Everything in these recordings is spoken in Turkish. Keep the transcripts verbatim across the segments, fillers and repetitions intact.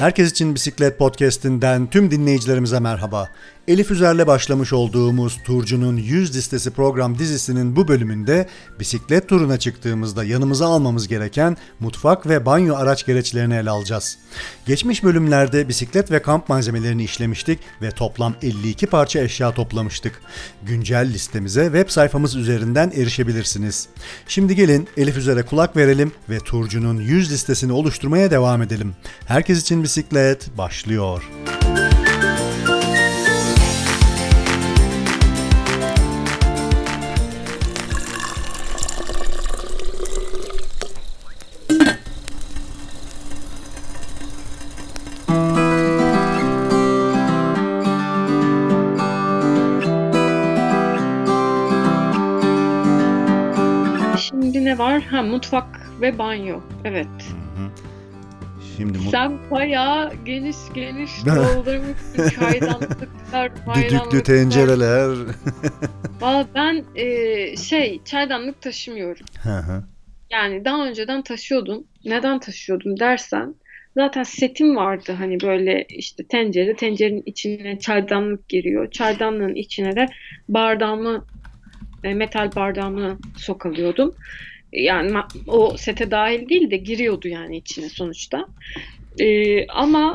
Herkes için Bisiklet Podcast'inden tüm dinleyicilerimize merhaba. Elif Üzer'le başlamış olduğumuz Turcu'nun yüz listesi program dizisinin bu bölümünde bisiklet turuna çıktığımızda yanımıza almamız gereken mutfak ve banyo araç gereçlerini ele alacağız. Geçmiş bölümlerde bisiklet ve kamp malzemelerini işlemiştik ve toplam elli iki parça eşya toplamıştık. Güncel listemize web sayfamız üzerinden erişebilirsiniz. Şimdi gelin Elif Üzer'e kulak verelim ve Turcu'nun yüz listesini oluşturmaya devam edelim. Herkes için bisiklet başlıyor. Şimdi ne var? Ha, mutfak ve banyo. Evet. Hı hı. Şimdi mu- Sen bayağı geniş geniş doldurmuşsun. Çaydanlıklar, düdüklü bayramlıklar. tencereler. Valla ben e, şey çaydanlık taşımıyorum. Hı hı. Yani daha önceden taşıyordum. Neden taşıyordum dersen zaten setim vardı, hani böyle işte tencere, tencerenin içine çaydanlık giriyor. Çaydanlığın içine de bardağımı, e, metal bardağımı sokalıyordum. Yani ma- o sete dahil değil de giriyordu yani içine sonuçta. Ee, ama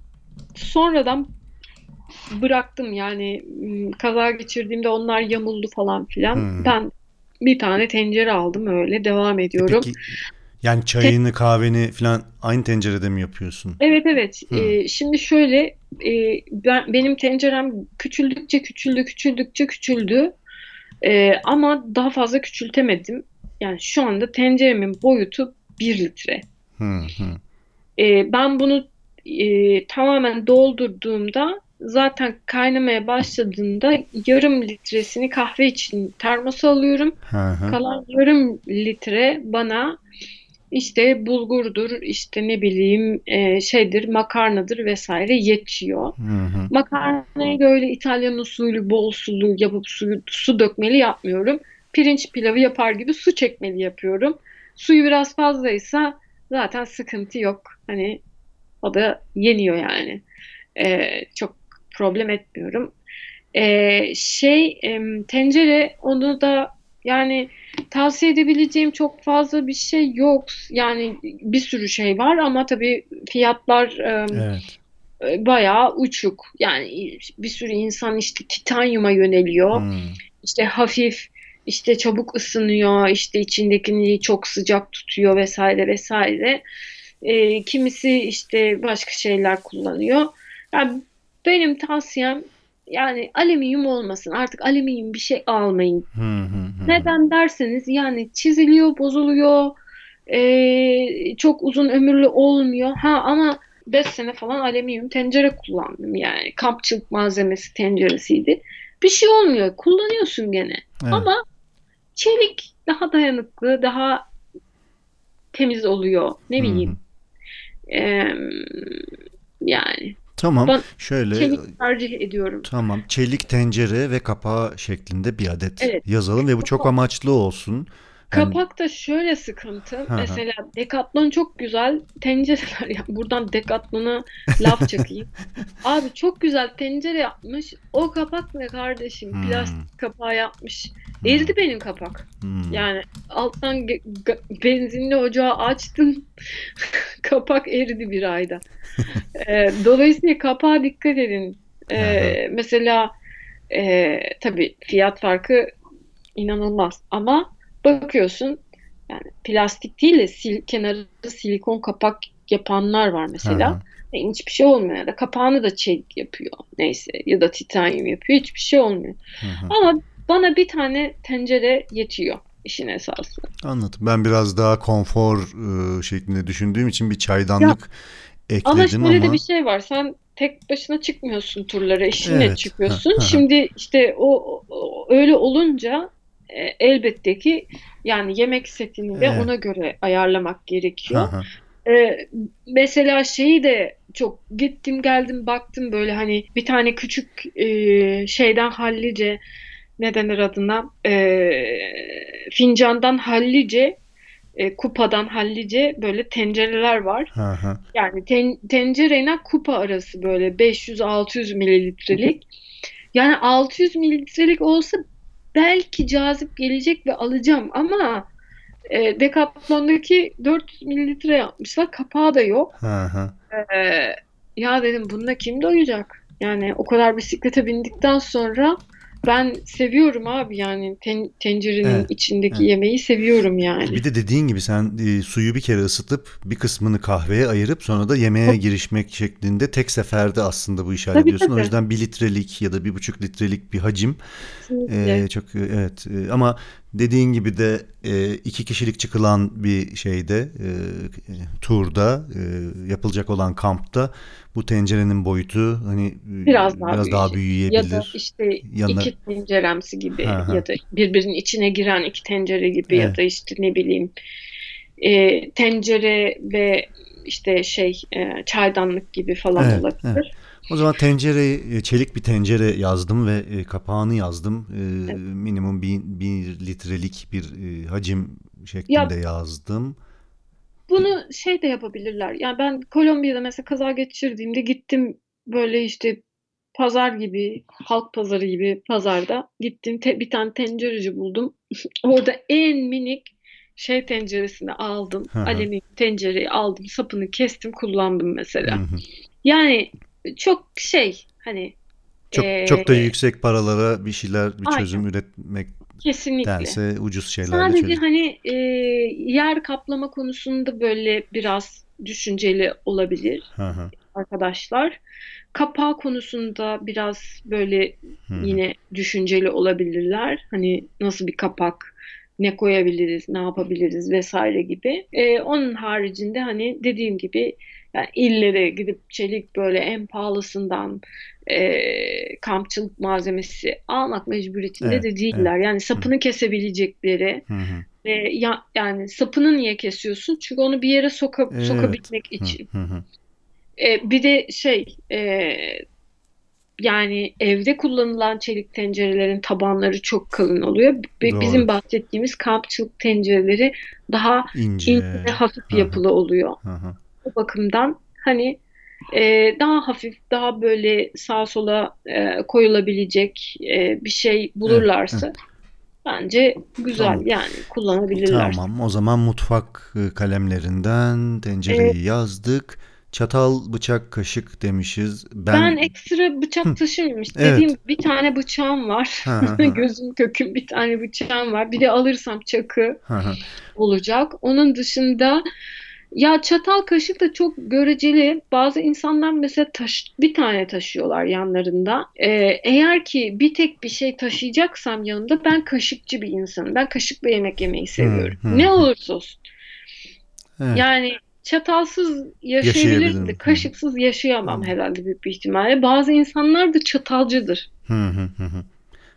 sonradan bıraktım yani, m, kaza geçirdiğimde onlar yamuldu falan filan. Hmm. Ben bir tane tencere aldım, öyle devam E ediyorum. peki yani Te- çayını kahveni falan aynı tencerede mi yapıyorsun? evet evet. Hmm. Ee, şimdi şöyle, e, ben benim tencerem küçüldükçe küçüldü küçüldükçe küçüldü. Ee, ama daha fazla küçültemedim. Yani şu anda tenceremin boyutu bir litre. Hı hı. E, ben bunu e, tamamen doldurduğumda, zaten kaynamaya başladığında yarım litresini kahve için termosa alıyorum. Hı hı. Kalan yarım litre bana işte bulgurdur, işte ne bileyim e, şeydir, makarnadır vesaire yetiyor. Hı hı. Makarnayı böyle İtalyan usulü bol sulu yapıp su, su dökmeli yapmıyorum. Pirinç pilavı yapar gibi su çekmeli yapıyorum. Suyu biraz fazlaysa zaten sıkıntı yok. Hani o da yeniyor yani. Ee, çok problem etmiyorum. Ee, şey em, tencere, onu da yani tavsiye edebileceğim çok fazla bir şey yok. Yani bir sürü şey var ama tabii fiyatlar em, Evet. bayağı uçuk. Yani bir sürü insan işte titanyuma yöneliyor. Hmm. İşte hafif, işte çabuk ısınıyor, işte içindekini çok sıcak tutuyor vesaire vesaire. E, kimisi işte başka şeyler kullanıyor. Yani benim tavsiyem, yani alüminyum olmasın. Artık alüminyum bir şey almayın. Hı hı hı. Neden derseniz, yani çiziliyor, bozuluyor, e, çok uzun ömürlü olmuyor. Ha ama beş sene falan alüminyum tencere kullandım yani. Kampçılık malzemesi tenceresiydi. Bir şey olmuyor. Kullanıyorsun gene. Evet. Ama çelik daha dayanıklı, daha temiz oluyor. Hı Ne hı. bileyim. Ee, yani Tamam. ben Şöyle çelik tercih ediyorum. tamam. Çelik tencere ve kapağı şeklinde bir adet Evet. yazalım ve bu çok amaçlı olsun. Yani Kapakta şöyle sıkıntı. hı hı. Mesela Decathlon çok güzel tencereler ya. Buradan Decathlon'a laf çakayım. Abi çok güzel tencere yapmış. O kapak ne kardeşim? Hmm. Plastik kapağı yapmış. Hmm. Eridi benim kapak. Hmm. Yani alttan ge- ga- benzinli ocağı açtım. Kapak eridi bir ayda. Ee, dolayısıyla kapağa dikkat edin. Hı hı. Ee, mesela e, tabii fiyat farkı inanılmaz. Ama bakıyorsun, yani plastik değil de sil, kenarı silikon kapak yapanlar var Hı mesela. hı. E, hiçbir şey olmuyor, ya da kapağını da çelik yapıyor. Neyse, ya da titanyum yapıyor. Hiçbir şey olmuyor. Hı hı. Ama bana bir tane tencere yetiyor işin esası. Anladım. Ben biraz daha konfor e, şeklinde düşündüğüm için bir Ya çaydanlık ama ekledim şöyle de bir ama şey var. Sen tek başına çıkmıyorsun turlara, eşinle evet. Hı çıkıyorsun. hı. Hı. Şimdi işte o, o- öyle olunca e, elbette ki yani yemek setini de Evet. ona göre ayarlamak Hı gerekiyor. hı. E, mesela şeyi de çok gittim geldim baktım, böyle hani bir tane küçük e, şeyden hallice, ne denir adına, E, fincandan hallice e, kupadan hallice böyle tencereler var. Hı hı. Yani ten, tencereyle kupa arası böyle beş yüz altı yüz mililitrelik. Yani altı yüz mililitrelik olsa belki cazip gelecek ve alacağım ama e, Decathlon'daki dört yüz mililitre yapmışlar. Kapağı da yok. Hı hı. E, Ya dedim bununla kim doyacak? Yani o kadar bisiklete bindikten sonra ben seviyorum abi yani ten- tencerenin Evet. içindeki Evet. yemeği seviyorum yani. Bir de dediğin gibi sen e, suyu bir kere ısıtıp bir kısmını kahveye ayırıp sonra da yemeğe girişmek şeklinde tek seferde aslında bu işi Tabii hallediyorsun. O tabii. yüzden bir litrelik ya da bir buçuk litrelik bir hacim. Kesinlikle. Ee, çok e, evet. Ee, ama dediğin gibi de e, iki kişilik çıkılan bir şeyde e, turda e, yapılacak olan kampta bu tencerenin boyutu hani Biraz e, daha biraz daha büyüyecek. Ya da büyüyebilir. işte Yanına iki tenceremsi gibi ha ha ya da birbirinin içine giren iki tencere gibi ya evet, da işte ne bileyim e, tencere ve işte şey e, çaydanlık gibi falan evet, evet. olabilir. O zaman tencereyi e, çelik bir tencere yazdım ve e, kapağını yazdım. E, Evet. minimum bir, bir litrelik bir e, hacim şeklinde Ya yazdım. Bir, bunu şey de yapabilirler. Yani ben Kolombiya'da mesela kaza geçirdiğimde gittim böyle işte pazar gibi, halk pazarı gibi pazarda gittim te- bir tane tencereci buldum. Orada en minik şey tenceresini aldım. hı hı, Alüminyum tencereyi aldım, sapını kestim, kullandım hı mesela. hı. Yani çok şey hani Çok eee çok da yüksek paralara bir şeyler, bir aynen çözüm kesinlikle. üretmektense ucuz şeylerle Sadece çöz. hani e, yer kaplama konusunda böyle biraz düşünceli olabilir Hı hı, arkadaşlar. Kapağı konusunda biraz böyle hı hı. yine düşünceli olabilirler. Hani nasıl bir kapak, ne koyabiliriz, ne yapabiliriz vesaire gibi. E, onun haricinde hani dediğim gibi yani illere gidip çelik böyle en pahalısından e, kampçılık malzemesi almak mecburiyetinde Evet, de evet. değiller. Yani Hı hı, sapını kesebilecekleri hı hı. e, ya, yani sapını niye kesiyorsun? Çünkü onu bir yere soka, Evet. sokabilmek Hı için. hı, hı. E, bir de şey e, yani evde kullanılan çelik tencerelerin tabanları çok kalın oluyor. Bi- Doğru. Bizim bahsettiğimiz kampçılık tencereleri daha ince ve İnce. hafif Hı hı, yapılı oluyor. hı hı. Bu bakımdan hani e, daha hafif, daha böyle sağa sola e, koyulabilecek e, bir şey Evet, evet. bulurlarsa bence güzel Tamam. yani kullanabilirler. Tamam. O zaman mutfak e, kalemlerinden E, tencereyi yazdık. Çatal, bıçak, kaşık demişiz. Ben Ben ekstra bıçak hı, taşımıyorum. İşte dediğim evet. gibi bir tane bıçağım var. Hı hı hı. Gözüm köküm bir tane bıçağım var. Bir de alırsam çakı Hı hı. olacak. Onun dışında ya çatal kaşık da çok göreceli. Bazı insanlar mesela taş, bir tane taşıyorlar yanlarında. Ee, eğer ki bir tek bir şey taşıyacaksam yanımda ben kaşıkçı bir insanım. Ben kaşıkla yemek yemeyi Hı seviyorum. hı Ne hı. olursa olsun. Evet. Yani çatalsız yaşayabilirim de Yaşayabilirim. Hı hı. kaşıksız yaşayamam Anladım. herhalde büyük bir ihtimalle. Bazı insanlar da çatalcıdır. Hı hı hı hı.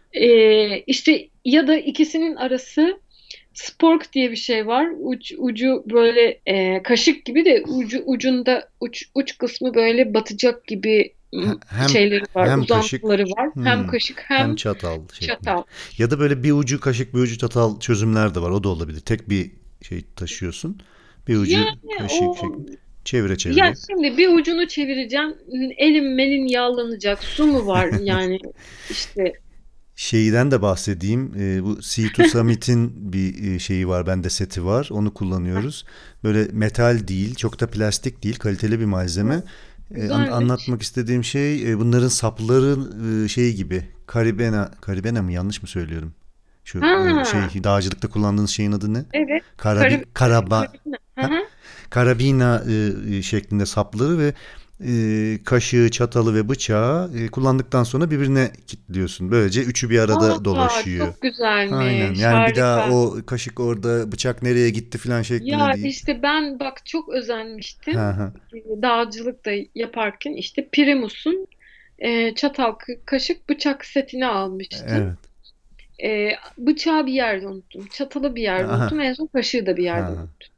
Ee, işte ya da ikisinin arası spork diye bir şey var. Uç, ucu böyle e, kaşık gibi de ucu ucunda uç, uç kısmı böyle batacak gibi He- m, Hem şeyleri var, hem kaşık uzantıları var. Hem hmm, kaşık hem hem çatal şeklinde. çatal. Ya da böyle bir ucu kaşık bir ucu çatal çözümler de var. O da olabilir. Tek bir şey taşıyorsun. Bir ucu Yani kaşık o şeklinde. Çevire ya çevire. şimdi bir ucunu çevireceğim. Elim melin yağlanacak. Su mu var yani işte Şeyden de bahsedeyim. Ee, bu Sea to Summit'in bir e, şeyi var. Bende seti var. Onu kullanıyoruz. Böyle metal değil, çok da plastik değil, kaliteli bir malzeme. Ee, an- güzelmiş. anlatmak istediğim şey e, bunların sapları e, şey gibi. Karibena, Karibena mı yanlış mı söylüyorum? Şu e, Ha, şey dağcılıkta kullandığınız şeyin adı ne? evet. Karabi, Karı, karaba, karabina. Hı ha? hı. Karabina e, e, şeklinde sapları ve e, kaşığı, çatalı ve bıçağı e, kullandıktan sonra birbirine kilitliyorsun. Böylece üçü bir arada Aa, dolaşıyor. çok Aynen. güzelmiş. Yani bir daha Harika. o kaşık orada, bıçak nereye gitti falan şeklinde Ya değil. işte ben bak çok özenmiştim. Ha ha. Ee, Dağcılık da yaparken işte Primus'un e, çatal, k- kaşık, bıçak setini almıştım. Evet. E, bıçağı bir yerde unuttum. Çatalı bir yerde Aha. unuttum. En son kaşığı da bir yerde Ha. unuttum.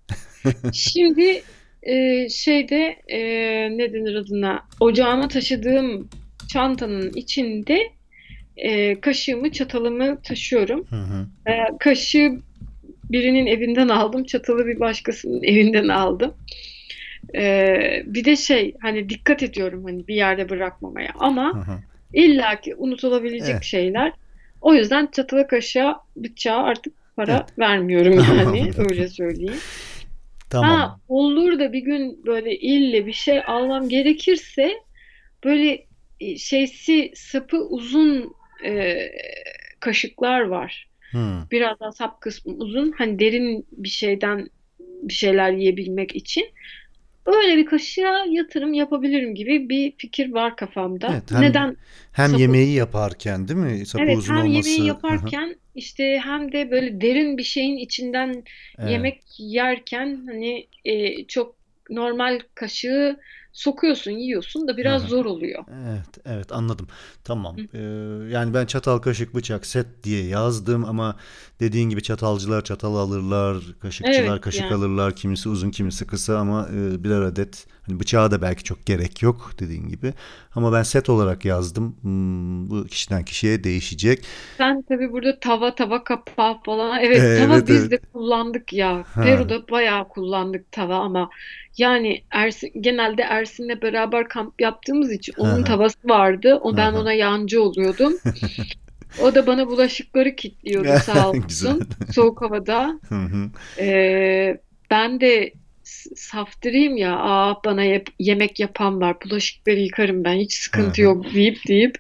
Şimdi e, şeyde e, ne denir adına ocağıma taşıdığım çantanın içinde e, kaşığımı, çatalımı taşıyorum. Hı hı. E, kaşığı birinin evinden aldım. Çatalı bir başkasının evinden aldım. Ee, bir de şey hani dikkat ediyorum hani bir yerde bırakmamaya Hı ama hı. illaki unutulabilecek Evet, şeyler. O yüzden çatala kaşığa bıçağa artık evet. para vermiyorum yani öyle söyleyeyim. Tamam. Ha olur da bir gün böyle ille bir şey almam gerekirse böyle e, şeysi sapı uzun e, kaşıklar var. Hı. Biraz daha sap kısmı uzun. Hani derin bir şeyden bir şeyler yiyebilmek için. Öyle bir kaşığa yatırım yapabilirim gibi bir fikir var kafamda. Evet, hem Neden hem sapı? yemeği yaparken değil mi? Sapı Evet, uzun hem yemeği olması. Hı hı. yaparken işte hem de böyle derin bir şeyin içinden Evet. yemek yerken hani e, çok normal kaşığı sokuyorsun, yiyorsun da Hı biraz hı. zor oluyor. Evet, evet anladım. Tamam. Hı. Ee, yani ben çatal, kaşık, bıçak, set diye yazdım ama dediğin gibi çatalcılar çatal alırlar, Evet kaşıkçılar kaşık yani. alırlar. Kimisi uzun, kimisi kısa ama e, birer adet. Hani bıçağa da belki çok gerek yok dediğin gibi. Ama ben set olarak yazdım. Hmm, bu kişiden kişiye değişecek. Sen tabii burada tava tava kapağı falan. Ee, Evet tava Evet, biz evet. de kullandık ya. Ha, Peru'da bayağı kullandık tava ama yani Ersin, genelde Ersin'le beraber kamp yaptığımız için ha, onun ha, tavası vardı. O ha, ben ha. ona yancı oluyordum. O da bana bulaşıkları kilitliyordu sağ Güzel. olsun soğuk havada. Hı hı. Ee, ben de s- saftiriyim ya. Aa bana yap- yemek yapan var. Bulaşıkları yıkarım ben. Hiç Hı sıkıntı hı. yok deyip deyip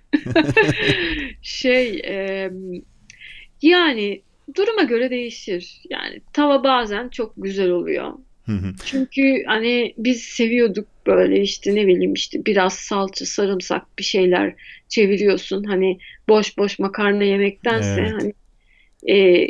şey yani duruma göre değişir. Yani tava bazen çok güzel oluyor. Hı hı. Çünkü hani biz seviyorduk böyle işte ne bileyim işte biraz salça, sarımsak bir şeyler çeviriyorsun. Hani boş boş makarna yemektense Evet. hani e,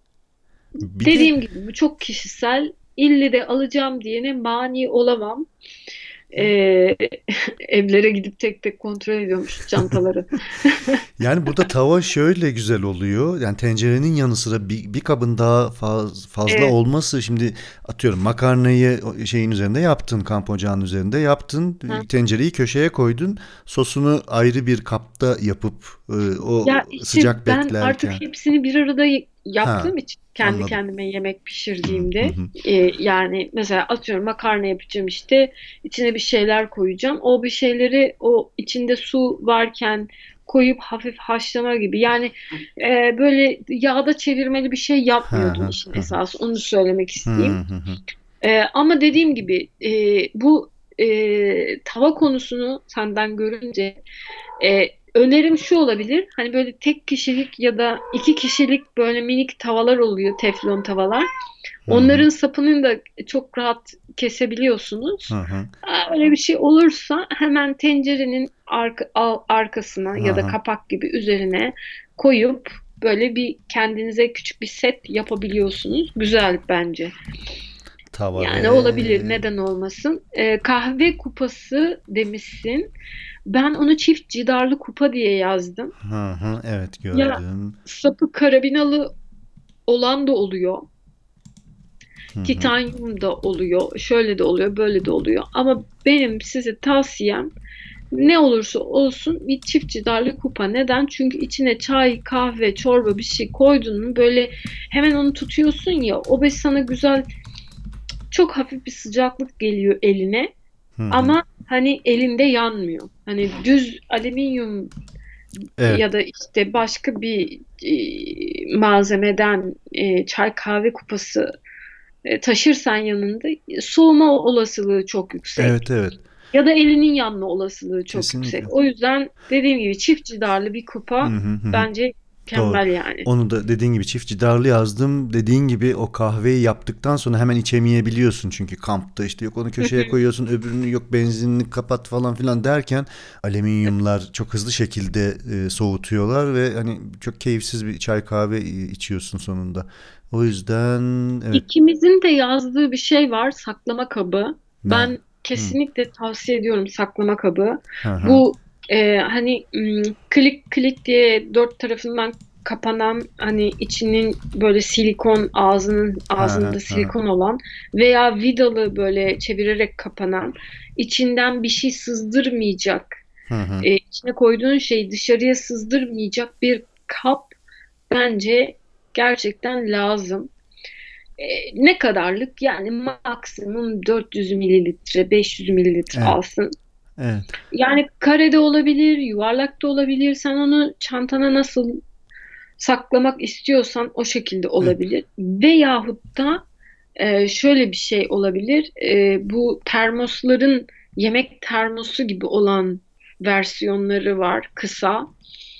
Bir de dediğim gibi bu çok kişisel. İlle de alacağım diyene mani olamam. E, evlere gidip tek tek kontrol ediyormuş çantaları. yani burada tava şöyle güzel oluyor. Yani tencerenin yanı sıra bir, bir kabın daha faz- fazla Evet. olması. Şimdi atıyorum makarnayı o şeyin üzerinde yaptın, kamp ocağının üzerinde yaptın. Tencereyi köşeye koydun. Sosunu ayrı bir kapta yapıp e, o Ya işte sıcak ben artık beklerken. hepsini bir arada y- Ha, yaptığım için kendi anladım. kendime yemek Hı hı pişirdiğimde hı. e, yani mesela atıyorum makarna yapacağım işte içine bir şeyler koyacağım. O bir şeyleri o içinde su varken koyup hafif haşlama gibi. Yani e, böyle yağda çevirmeli bir şey Ha, yapmıyordum ha, işin ha, ha. esası. Onu söylemek Hı isteyeyim. hı hı. E, ama dediğim gibi e, bu e, tava konusunu senden görünce ee, önerim şu olabilir. Hani böyle tek kişilik ya da iki kişilik böyle minik tavalar oluyor, teflon tavalar. Hı hı. Onların sapını da çok rahat Hı kesebiliyorsunuz. hı. Aa, öyle bir şey olursa hemen tencerenin arka, al- arkasına Hı ya da hı. kapak gibi üzerine koyup böyle bir kendinize küçük bir set yapabiliyorsunuz. Güzel bence. Tava Yani ve olabilir, neden olmasın? Ee, kahve kupası demişsin. Ben onu çift cidarlı kupa diye yazdım. hı hı, evet Ya gördüm. sapı karabinalı olan da oluyor. Hı hı. Titanyum da oluyor. Şöyle de oluyor, böyle de oluyor. Ama benim size tavsiyem ne olursa olsun bir çift cidarlı kupa. Neden? Çünkü içine çay, kahve, çorba bir şey koydun mu böyle hemen onu tutuyorsun ya o be sana güzel çok hafif bir sıcaklık geliyor eline. Hı hı. Ama hani elinde yanmıyor. Hani düz alüminyum Evet. ya da işte başka bir e, malzemeden e, çay kahve kupası e, taşırsan yanında e, soğuma olasılığı çok yüksek. Evet, evet. Ya da elinin yanma olasılığı çok yüksek. Kesinlikle. O yüzden dediğim gibi çift cidarlı bir Hı kupa hı hı. Hı. bence Doğru. mükemmel yani. Onu da dediğin gibi çift cidarlı yazdım. Dediğin gibi o kahveyi yaptıktan sonra hemen içemeyebiliyorsun. Çünkü kampta işte yok onu Hı köşeye hı. koyuyorsun, öbürünü yok benzinini kapat falan filan derken alüminyumlar çok hızlı şekilde e, soğutuyorlar ve hani çok keyifsiz bir çay kahve e, içiyorsun sonunda. O yüzden evet. İkimizin de yazdığı bir şey var, saklama kabı. Ne? Ben Hı. kesinlikle tavsiye ediyorum saklama kabı. Hı hı. Bu e, hani m, klik klik diye dört tarafından kapanan hani içinin böyle silikon ağzının Hı hı. ağzında Hı hı. silikon olan veya vidalı böyle çevirerek kapanan içinden bir şey sızdırmayacak Hı hı. e, içine koyduğun şeyi dışarıya sızdırmayacak bir kap bence gerçekten lazım. E, ne kadarlık? Yani maksimum dört yüz mililitre, beş yüz mililitre Evet, alsın. evet. Yani karede olabilir, yuvarlak da olabilir. Sen onu çantana nasıl saklamak istiyorsan o şekilde Evet. olabilir. Veyahut da e, şöyle bir şey olabilir. E, bu termosların yemek termosu gibi olan versiyonları var. Kısa,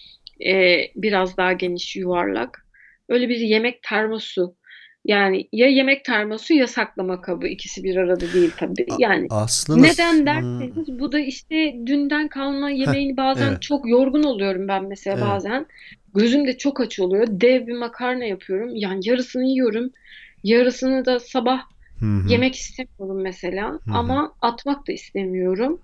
e, biraz daha geniş, yuvarlak. Öyle bir yemek termosu. Yani ya yemek termosu ya saklama kabı. İkisi bir arada değil tabii. A- Yani aslında s- neden hmm, derseniz bu da işte dünden kalma heh, yemeğini bazen evet, çok yorgun oluyorum ben mesela evet. bazen. Gözüm de çok aç oluyor. Dev bir makarna yapıyorum. Yani yarısını yiyorum. Yarısını da sabah Hı hı, yemek istemiyorum mesela. hı hı. Ama atmak da istemiyorum.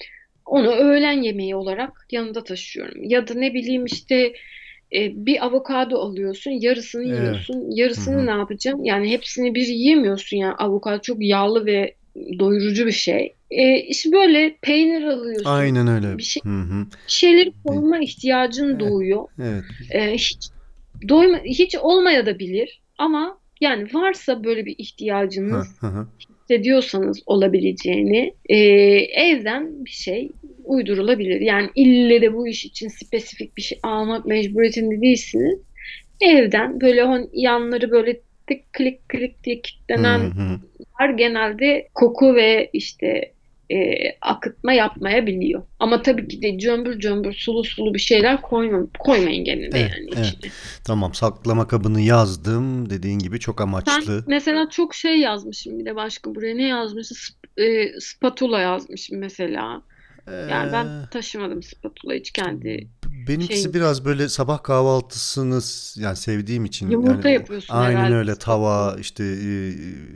Onu öğlen yemeği olarak yanında taşıyorum. Ya da ne bileyim işte e, bir avokado alıyorsun, yarısını Evet. yiyorsun. Hı Yarısını hı. ne yapacaksın? Yani hepsini bir yiyemiyorsun yani. Avokado çok yağlı ve doyurucu bir şey. E, işte böyle peynir alıyorsun. Aynen öyle. Bir şey, Hı hı. bir şeyleri Bir, koruma ihtiyacın eh, doğuyor. evet. E, hiç doyma, hiç olmaya da bilir ama yani varsa böyle bir Hı ihtiyacınız hı. Hı. hissediyorsanız olabileceğini e, evden bir şey uydurulabilir. Yani ille de bu iş için spesifik bir şey almak mecburiyetinde değilsiniz. Evden böyle hon, yanları böyle tık klik klik diye Hı kilitlenen hı. yer genelde koku ve işte e, akıtma yapmayabiliyor. Ama tabii ki de cömbür cömbür sulu sulu bir şeyler koyma, koymayın gene de Evet, yani evet. içine. Tamam, saklama kabını yazdım. Dediğin gibi çok Ben amaçlı. mesela çok şey yazmışım bir de başka buraya ne yazmışım? Sp- e, spatula yazmışım mesela. Yani ben Ee, taşımadım spatula hiç kendi Benimkisi şeyim. biraz böyle sabah kahvaltısını s- yani sevdiğim için yani Yumurta o yapıyorsun aynen herhalde öyle tava spatula. işte e,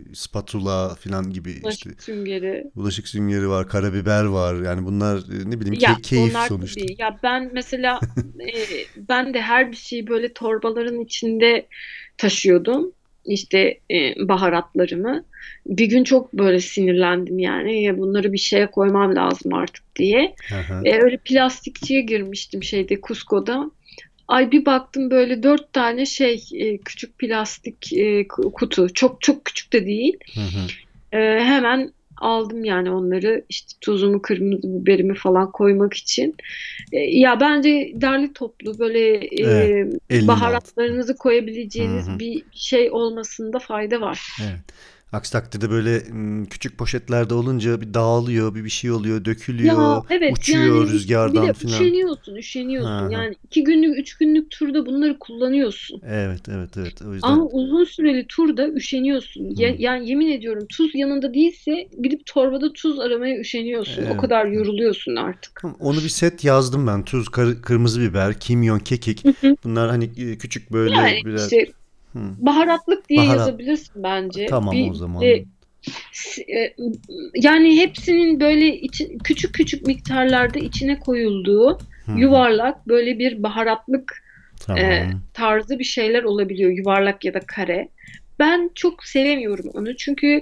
spatula falan gibi işte Bulaşık süngeri. bulaşık süngeri var, karabiber var. Yani bunlar e, ne bileyim Ya key- keyif onlar sonuçta. tabii. Ya ben mesela e, ben de her bir şeyi böyle torbaların içinde taşıyordum. İşte e, baharatlarımı. Bir gün çok böyle sinirlendim yani. Ya bunları bir şeye koymam lazım artık diye. Hı hı. E, öyle plastikçiye girmiştim şeyde Cusco'da. Ay bir baktım böyle dört tane şey e, küçük plastik e, kutu. Çok çok küçük de değil. Hı hı. Ee, hemen aldım yani onları işte tuzumu, kırmızı biberimi falan koymak için. Ee, ya bence derli toplu böyle Evet. e, Elinin altı. baharatlarınızı Hı koyabileceğiniz hı. bir şey olmasında fayda var. Evet. Aksi takdirde böyle m, küçük poşetlerde olunca bir dağılıyor, bir bir şey oluyor, Ya dökülüyor, evet uçuyor yani bir rüzgardan de filan. üşeniyorsun, Hı üşeniyorsun. hı. Yani iki günlük, üç günlük turda bunları kullanıyorsun. Evet, evet, evet. O yüzden Ama uzun süreli turda üşeniyorsun. hı. Ya- yani yemin ediyorum tuz yanında değilse gidip torbada tuz aramaya üşeniyorsun. O Evet. kadar yoruluyorsun artık. Tamam, onu bir set yazdım ben. Tuz, kar- kırmızı biber, kimyon, kekik. Hı hı. Bunlar hani e, küçük Yani böyle birer işte hı, baharatlık diye baharat. yazabilirsin bence. Tamam o Bir de zaman. s- e, yani hepsinin böyle içi- küçük küçük miktarlarda içine koyulduğu Hı hı. yuvarlak böyle bir baharatlık e, Tamam. tarzı bir şeyler olabiliyor. Yuvarlak ya da kare. Ben çok sevemiyorum onu çünkü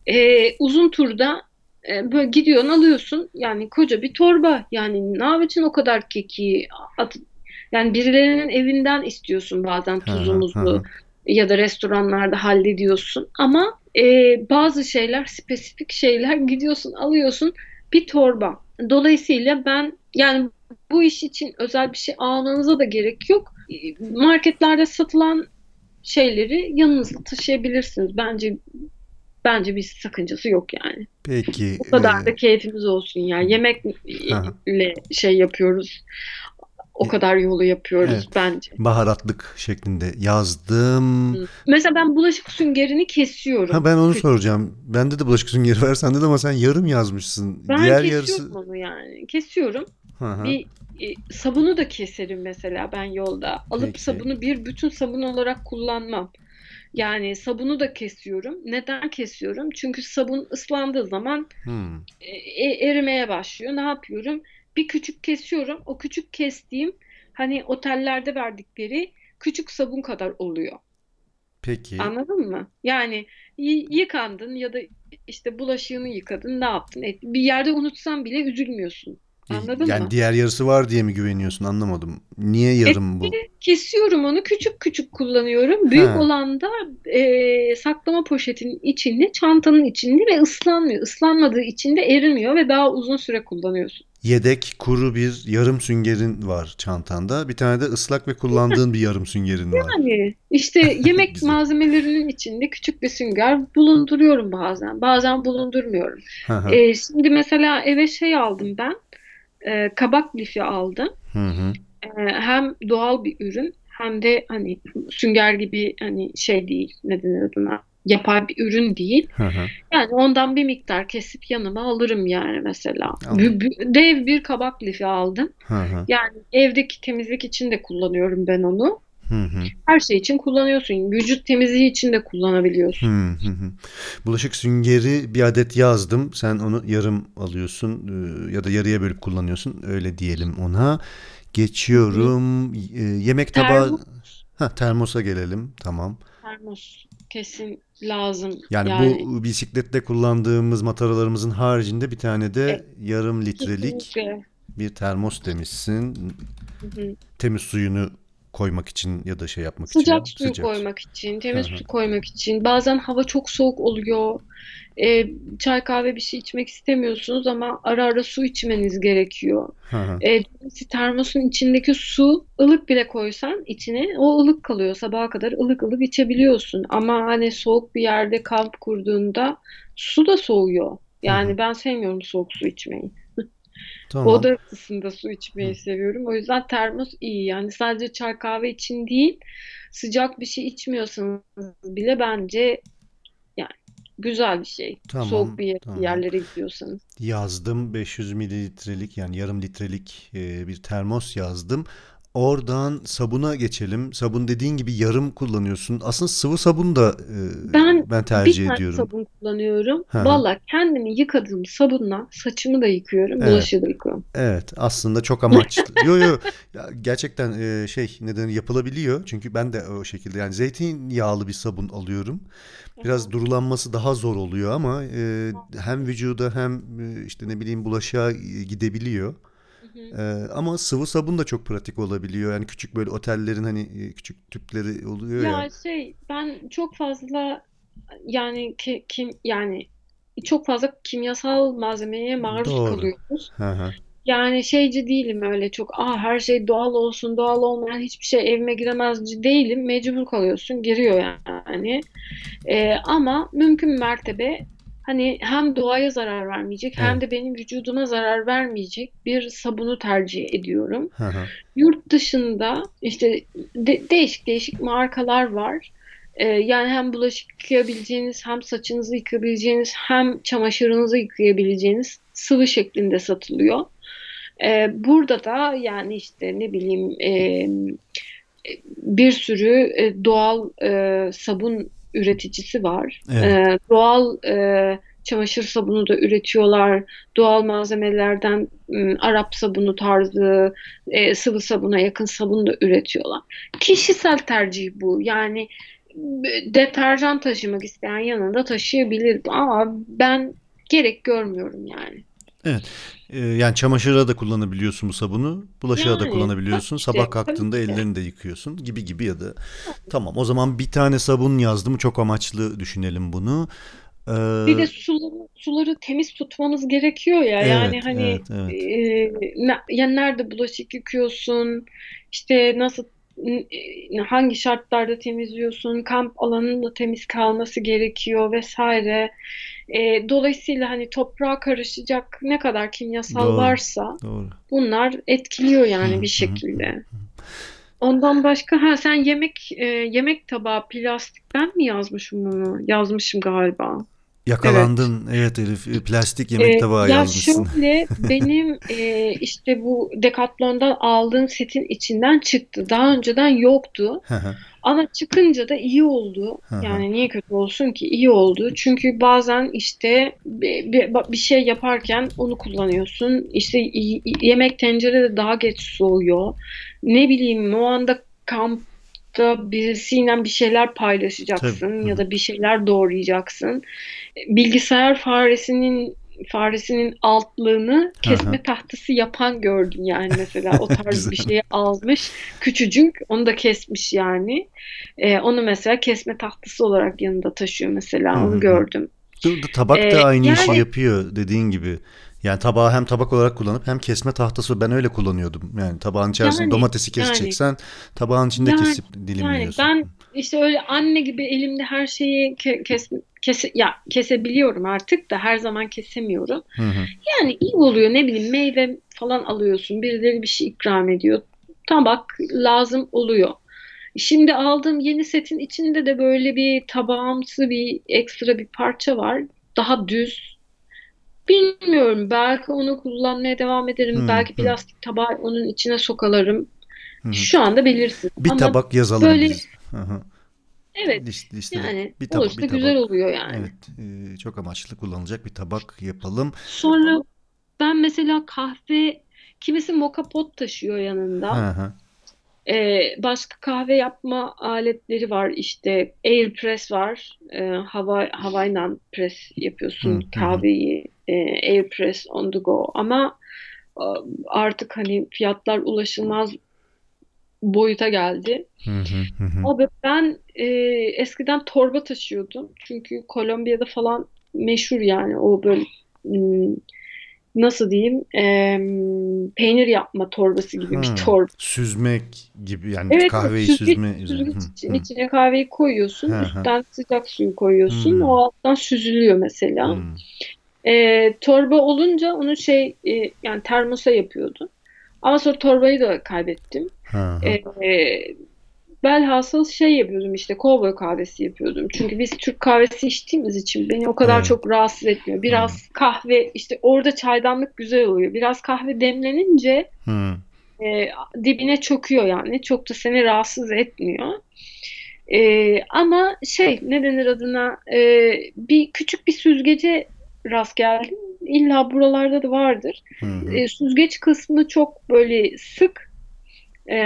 e, uzun turda e, böyle gidiyorsun alıyorsun yani koca bir torba yani ne yapacaksın o kadar keki at, yani birilerinin evinden istiyorsun bazen Hı hı, hı tuzumuzu hı. ya da restoranlarda hallediyorsun ama e, bazı şeyler spesifik şeyler gidiyorsun alıyorsun bir torba. Dolayısıyla ben yani bu iş için özel bir şey almanıza da gerek yok. Marketlerde satılan şeyleri yanınızda taşıyabilirsiniz. Bence bence bir sakıncası yok yani. Peki. O kadar E, da keyfimiz olsun ya. hı hı. Yemekle şey yapıyoruz. O E, kadar yolu evet. yapıyoruz bence. Baharatlık şeklinde yazdım. Hı. Mesela ben bulaşık süngerini Ha kesiyorum. ben onu Küçük. soracağım. Bende de bulaşık süngeri var sende de ama sen yarım yazmışsın. Ben Diğer kesiyorum yarısı. onu yani. Kesiyorum. Hı hı. Bir e, sabunu da keserim mesela ben yolda. Alıp Peki. sabunu bir bütün sabun olarak kullanmam. Yani sabunu da kesiyorum. Neden kesiyorum? Çünkü sabun ıslandığı zaman Hmm. e, e- erimeye başlıyor. Ne yapıyorum? Bir küçük kesiyorum. O küçük kestiğim hani otellerde verdikleri küçük sabun kadar oluyor. Peki. Anladın mı? Yani y- yıkandın ya da işte bulaşığını yıkadın, ne yaptın? Et, bir yerde unutsan bile üzülmüyorsun. Anladın Yani mı? diğer yarısı var diye mi güveniyorsun? Anlamadım. Niye yarım bu? Eti kesiyorum, onu küçük küçük kullanıyorum. Büyük Ha, olan da e, saklama poşetinin içinde, çantanın içinde ve ıslanmıyor. Islanmadığı için de erimiyor ve daha uzun süre kullanıyorsun. yedek kuru bir yarım süngerin var çantanda. Bir tane de ıslak ve kullandığın bir yarım süngerin var. Yani işte yemek Güzel. malzemelerinin içinde küçük bir sünger bulunduruyorum bazen. Bazen bulundurmuyorum. Hı hı. E, şimdi mesela eve şey aldım ben. E, kabak lifi aldım. Hı hı. E, hem doğal bir ürün hem de hani sünger gibi hani şey değil, ne denir buna, yapay bir ürün değil. Hı hı. Yani ondan bir miktar kesip yanıma alırım yani mesela. Anladım. Bü- bü- dev bir kabak lifi aldım. Hı hı. Yani evdeki temizlik için de kullanıyorum ben onu. Hı hı. Her şey için kullanıyorsun. Vücut temizliği için de Hı kullanabiliyorsun. hı hı. Bulaşık süngeri bir adet yazdım. Sen onu yarım alıyorsun e, ya da yarıya bölüp kullanıyorsun. Öyle diyelim ona. Hı hı. Geçiyorum. E, yemek tabağı. Termos, Ha, termosa gelelim. Tamam. termos kesin lazım. Yani Yani bu bisiklette kullandığımız mataralarımızın haricinde bir tane e, de yarım litrelik kesinlikle. bir termos demişsin. Hı hı. Temiz suyunu koymak için ya da şey yapmak Sıcak için suyu sıcak su. koymak için, Hı temiz hı. su koymak için. Bazen hava çok soğuk oluyor. E, çay kahve bir şey içmek istemiyorsunuz ama ara ara su içmeniz gerekiyor. Hı hı. E, dolayısıyla termosun içindeki su ılık bile koysan içine o ılık kalıyor. Sabaha kadar ılık ılık içebiliyorsun. Ama hani soğuk bir yerde kamp kurduğunda su da soğuyor. Hı hı. Yani ben sevmiyorum soğuk su içmeyi. Tamam. Oda ısısında su içmeyi seviyorum. O yüzden termos iyi. Yani sadece çay kahve için değil, sıcak bir şey içmiyorsanız bile bence yani güzel bir şey. Soğuk Tamam. bir yer- Tamam. yerlere gidiyorsanız. Yazdım beş yüz mililitrelik yani yarım litrelik e, bir termos yazdım. Oradan sabuna geçelim. Sabun dediğin gibi yarım kullanıyorsun. Aslında sıvı sabun da e, Ben ben bir tercih tane ediyorum. sabun kullanıyorum. Hı hı. Valla kendimi yıkadığım sabunla saçımı da yıkıyorum, Evet. bulaşığı da yıkıyorum. Evet. Aslında çok amaçlı. Yo yo. Ya, gerçekten e, şey neden yapılabiliyor. Çünkü ben de o şekilde yani zeytinyağlı bir sabun alıyorum. Biraz Aha. durulanması daha zor oluyor ama e, hem vücuda hem e, işte ne bileyim bulaşığa e, gidebiliyor. Hı hı. Ee, ama sıvı sabun da çok pratik olabiliyor. Yani küçük böyle otellerin hani e, küçük tüpleri oluyor ya. Ya şey, ben çok fazla yani ki, kim yani çok fazla kimyasal malzemeye maruz Doğru. kalıyoruz. Hı hı. Yani şeyci değilim, öyle çok ah her şey doğal olsun, doğal olmayan hiçbir şey evime giremezci değilim. Mecbur kalıyorsun, giriyor yani. Ee, ama mümkün mertebe hani hem doğaya zarar vermeyecek hem Evet. de benim vücuduma zarar vermeyecek bir sabunu tercih ediyorum. Hı hı. Yurt dışında işte de- değişik değişik markalar var. Ee, yani hem bulaşık yıkayabileceğiniz, hem saçınızı yıkayabileceğiniz, hem çamaşırınızı yıkayabileceğiniz sıvı şeklinde satılıyor. Ee, burada da yani işte ne bileyim e, bir sürü e, doğal e, sabun üreticisi var. Evet. E, doğal e, çamaşır sabunu da üretiyorlar. Doğal malzemelerden m, Arap sabunu tarzı e, sıvı sabuna yakın sabun da üretiyorlar. Kişisel tercih bu. Yani e, deterjan taşımak isteyen yanında taşıyabilir ama ben gerek görmüyorum yani. Evet. Ee, yani çamaşıra da kullanabiliyorsun bu sabunu. Bulaşığa da Yani tabii kullanabiliyorsun. ki de, Sabah tabii kalktığında ki de. ellerini de yıkıyorsun gibi gibi ya da. Tamam. O zaman bir tane sabun yazdım. Çok amaçlı düşünelim bunu. Bir de Ee, suları, suları temiz tutmanız gerekiyor ya. Yani evet, hani evet, e, evet. ne- ya nerede bulaşık yıkıyorsun? İşte nasıl, e, hangi şartlarda temizliyorsun? Kamp alanının da temiz kalması gerekiyor vesaire. E, dolayısıyla hani toprağa karışacak ne kadar kimyasal Doğru. varsa Doğru. bunlar etkiliyor Hı yani hı, bir hı hı. şekilde. Ondan başka, ha sen yemek e, yemek tabağı plastik, ben mi yazmışım bunu? Yazmışım galiba. Evet. Yakalandın. Evet Elif. E, Plastik yemek Ee, tabağı ya yazmışsın. şöyle, benim e, işte bu Decathlon'dan aldığım setin içinden çıktı. Daha önceden yoktu. Hı hı. Ama çıkınca da iyi oldu. Hı hı. Yani niye kötü olsun ki? İyi oldu. Çünkü bazen işte bir, bir, bir şey yaparken onu kullanıyorsun. İşte y- y- yemek tencerede daha geç soğuyor. Ne bileyim, o anda kampta birisiyle bir şeyler Tabii. paylaşacaksın Hı ya hı. da bir şeyler doğrayacaksın. Bilgisayar faresinin faresinin altlığını Hı hı. kesme tahtası yapan gördüm yani, mesela o tarz bir Güzel. şeyi almış, küçücük, onu da kesmiş yani. Ee, onu mesela kesme tahtası olarak yanında taşıyor, Hı mesela hı onu hı. gördüm. Du- du- Tabak Ee, da aynı işi yani yapıyor dediğin gibi. Yani tabağı hem tabak olarak kullanıp hem kesme tahtası, ben öyle kullanıyordum. Yani tabağın içerisinde yani domatesi yani keseceksen tabağın içinde Yani kesip yani dilimliyorsun. ben işte öyle anne gibi elimde her şeyi ke- kes, kese, ya kesebiliyorum artık da her zaman kesemiyorum. Hı hı. Yani iyi oluyor, ne bileyim, meyve falan alıyorsun, birileri bir şey ikram ediyor. Tabak lazım oluyor. Şimdi aldığım yeni setin içinde de böyle bir tabağımsı bir ekstra bir parça var. Daha düz. Bilmiyorum, belki onu kullanmaya devam ederim. Hı Belki hı. plastik tabağı onun içine sokalarım. Hı hı. Şu anda belirsiz. Bir Ama tabak yazalım böyle, biz. Hı hı. evet, List- listede yani bir tabak, bir olursa güzel tabak. oluyor yani. Evet, e, çok amaçlı kullanılacak bir tabak yapalım. Sonra ben mesela kahve, kimisi moka pot taşıyor yanında. Hı hı. Ee, başka kahve yapma aletleri var, işte Airpress var. Ee, hava havayla pres yapıyorsun Hı hı hı. kahveyi. Ee, Airpress on the go, ama e, artık hani fiyatlar ulaşılmaz boyuta geldi. Hı hı hı hı. Abi ben e, eskiden torba taşıyordum. Çünkü Kolombiya'da falan meşhur yani o böyle, hmm, nasıl diyeyim, em, peynir yapma torbası gibi bir Hı. torba. Süzmek gibi, yani Evet, evet, kahveyi süzgeç, süzme üzerine. süzgeç Hı için hı. içine kahveyi koyuyorsun. Hı hı. Üstten sıcak suyu koyuyorsun. Hı. O alttan süzülüyor mesela. Hı. E, torba olunca onu şey, e, yani termosa yapıyordum. Ama sonra torbayı da kaybettim. Hı hı. E, Velhasıl şey yapıyordum, işte kovboy kahvesi yapıyordum. Çünkü biz Türk kahvesi içtiğimiz için beni o kadar Evet. çok rahatsız etmiyor. Hı. Biraz kahve, işte orada çaydanlık güzel oluyor. Biraz kahve demlenince Hı. e, dibine çöküyor yani. Çok da seni rahatsız etmiyor. E, ama şey, ne denir adına, e, bir küçük bir süzgece rast geldim. İlla buralarda da vardır. Hı hı. E, süzgeç kısmı çok böyle sık. E,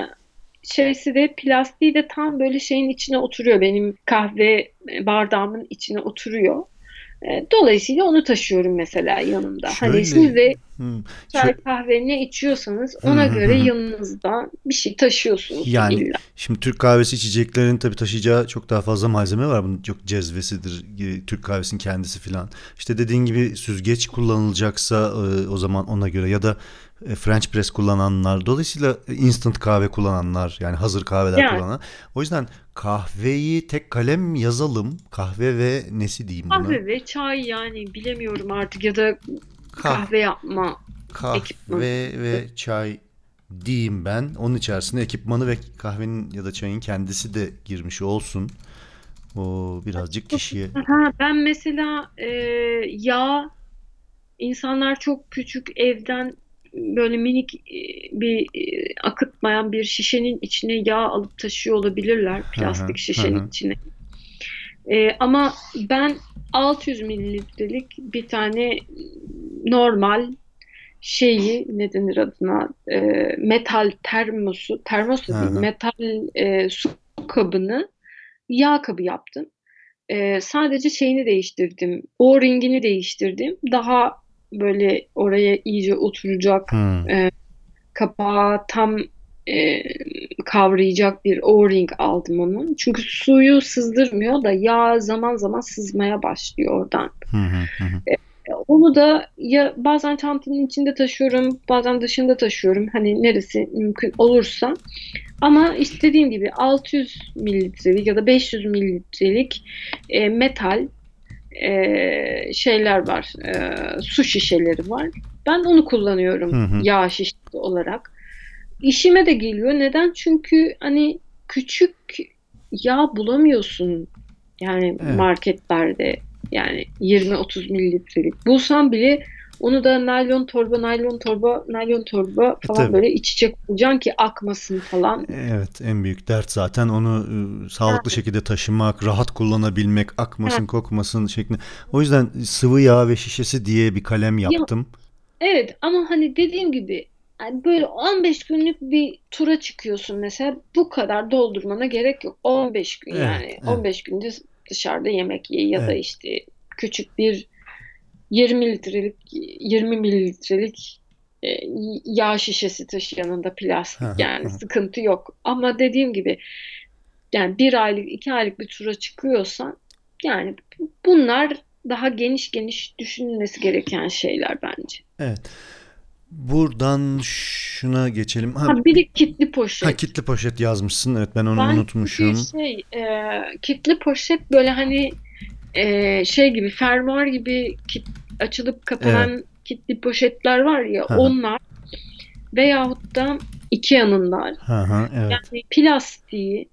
Şeysi de, plastiği de tam böyle şeyin içine oturuyor. Benim kahve bardağımın içine oturuyor. E, Dolayısıyla onu taşıyorum mesela yanımda. Hani Şöyle, siz de hı. çay, Şö- kahve ne içiyorsanız hı ona hı hı göre hı. yanınızda bir şey taşıyorsunuzdur Yani illa. şimdi Türk kahvesi içeceklerin tabii taşıyacağı çok daha fazla malzeme var. Bunun çok cezvesidir, e, Türk kahvesinin kendisi filan. İşte dediğin gibi süzgeç kullanılacaksa e, o zaman ona göre, ya da e, French press kullananlar, dolayısıyla e, instant kahve kullananlar, yani hazır kahveler Yani kullanan. O yüzden kahveyi tek kalem yazalım. Kahve ve nesi diyeyim buna? kahve ve çay, yani bilemiyorum artık, ya da Kah kahve yapma ekipmanı. kahve ve çay diyeyim ben. Onun içerisine ekipmanı ve kahvenin ya da çayın kendisi de girmiş olsun. O birazcık kişiye. Ha, ben mesela e, yağ, İnsanlar çok küçük evden böyle minik e, bir e, akıtmayan bir şişenin içine yağ alıp taşıyor olabilirler, Hı hı plastik hı şişenin hı. içine. E, ama ben altı yüz mililitrelik bir tane normal şeyi, ne denir adına, e, metal termosu, termos da Hı değil, hı. metal e, su kabını yağ kabı yaptım. Ee, sadece şeyini değiştirdim. O-ringini değiştirdim. Daha böyle oraya iyice oturacak, Hı. e, kapağı tam e, kavrayacak bir O-ring aldım onun. Çünkü suyu sızdırmıyor da yağ zaman zaman sızmaya başlıyor oradan. Hı hı hı hı. E, Onu da ya bazen çantanın içinde taşıyorum, bazen dışında taşıyorum. Hani neresi mümkün olursa. Ama istediğim gibi altı yüz mililitrelik ya da beş yüz mililitrelik e, metal e, şeyler var. E, su şişeleri var. Ben onu kullanıyorum Hı hı. yağ şişesi olarak. İşime de geliyor. Neden? Çünkü hani küçük yağ bulamıyorsun yani Evet. marketlerde. Yani yirmi otuz mililitrelik. Bulsam bile onu da naylon torba, naylon torba, naylon torba E falan tabii. böyle iç içe koyacaksın ki akmasın falan. Evet, en büyük dert zaten onu e, sağlıklı şekilde taşımak, rahat kullanabilmek, Ha, akmasın, kokmasın şeklinde. O yüzden sıvı yağ ve şişesi diye bir kalem ya, yaptım. evet, ama hani dediğim gibi, yani böyle on beş günlük bir tura çıkıyorsun mesela, bu kadar doldurmana gerek yok. on beş gün, Evet, yani evet, on beş günde dışarıda yemek ye ya da evet. işte küçük bir yirmi litrelik, yirmi mililitrelik e, yağ şişesi taşı yanında Hı plastik, hı, hı yani hı. sıkıntı yok. Ama dediğim gibi yani bir aylık, iki aylık bir tura çıkıyorsan yani bunlar daha geniş geniş düşünülmesi gereken şeyler bence. Evet. Buradan şuna geçelim. Ha, Ha, bir bir, de kitli ha poşet. kitli poşet yazmışsın. Evet, ben onu Ben çünkü unutmuşum. şey e, kitli poşet böyle hani e, şey gibi, fermuar gibi kit, açılıp Evet. kapanan kitli poşetler var ya, Hı hı. onlar veyahut da Ikea'nınlar. Hı hı, evet. Yani plastiği